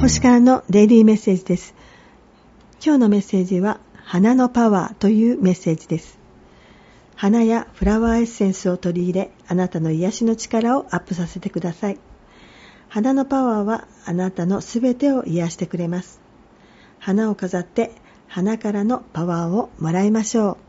星からのデイリーメッセージです。今日のメッセージは花のパワーというメッセージです。花やフラワーエッセンスを取り入れ、あなたの癒しの力をアップさせてください。花のパワーはあなたのすべてを癒してくれます。花を飾って花からのパワーをもらいましょう。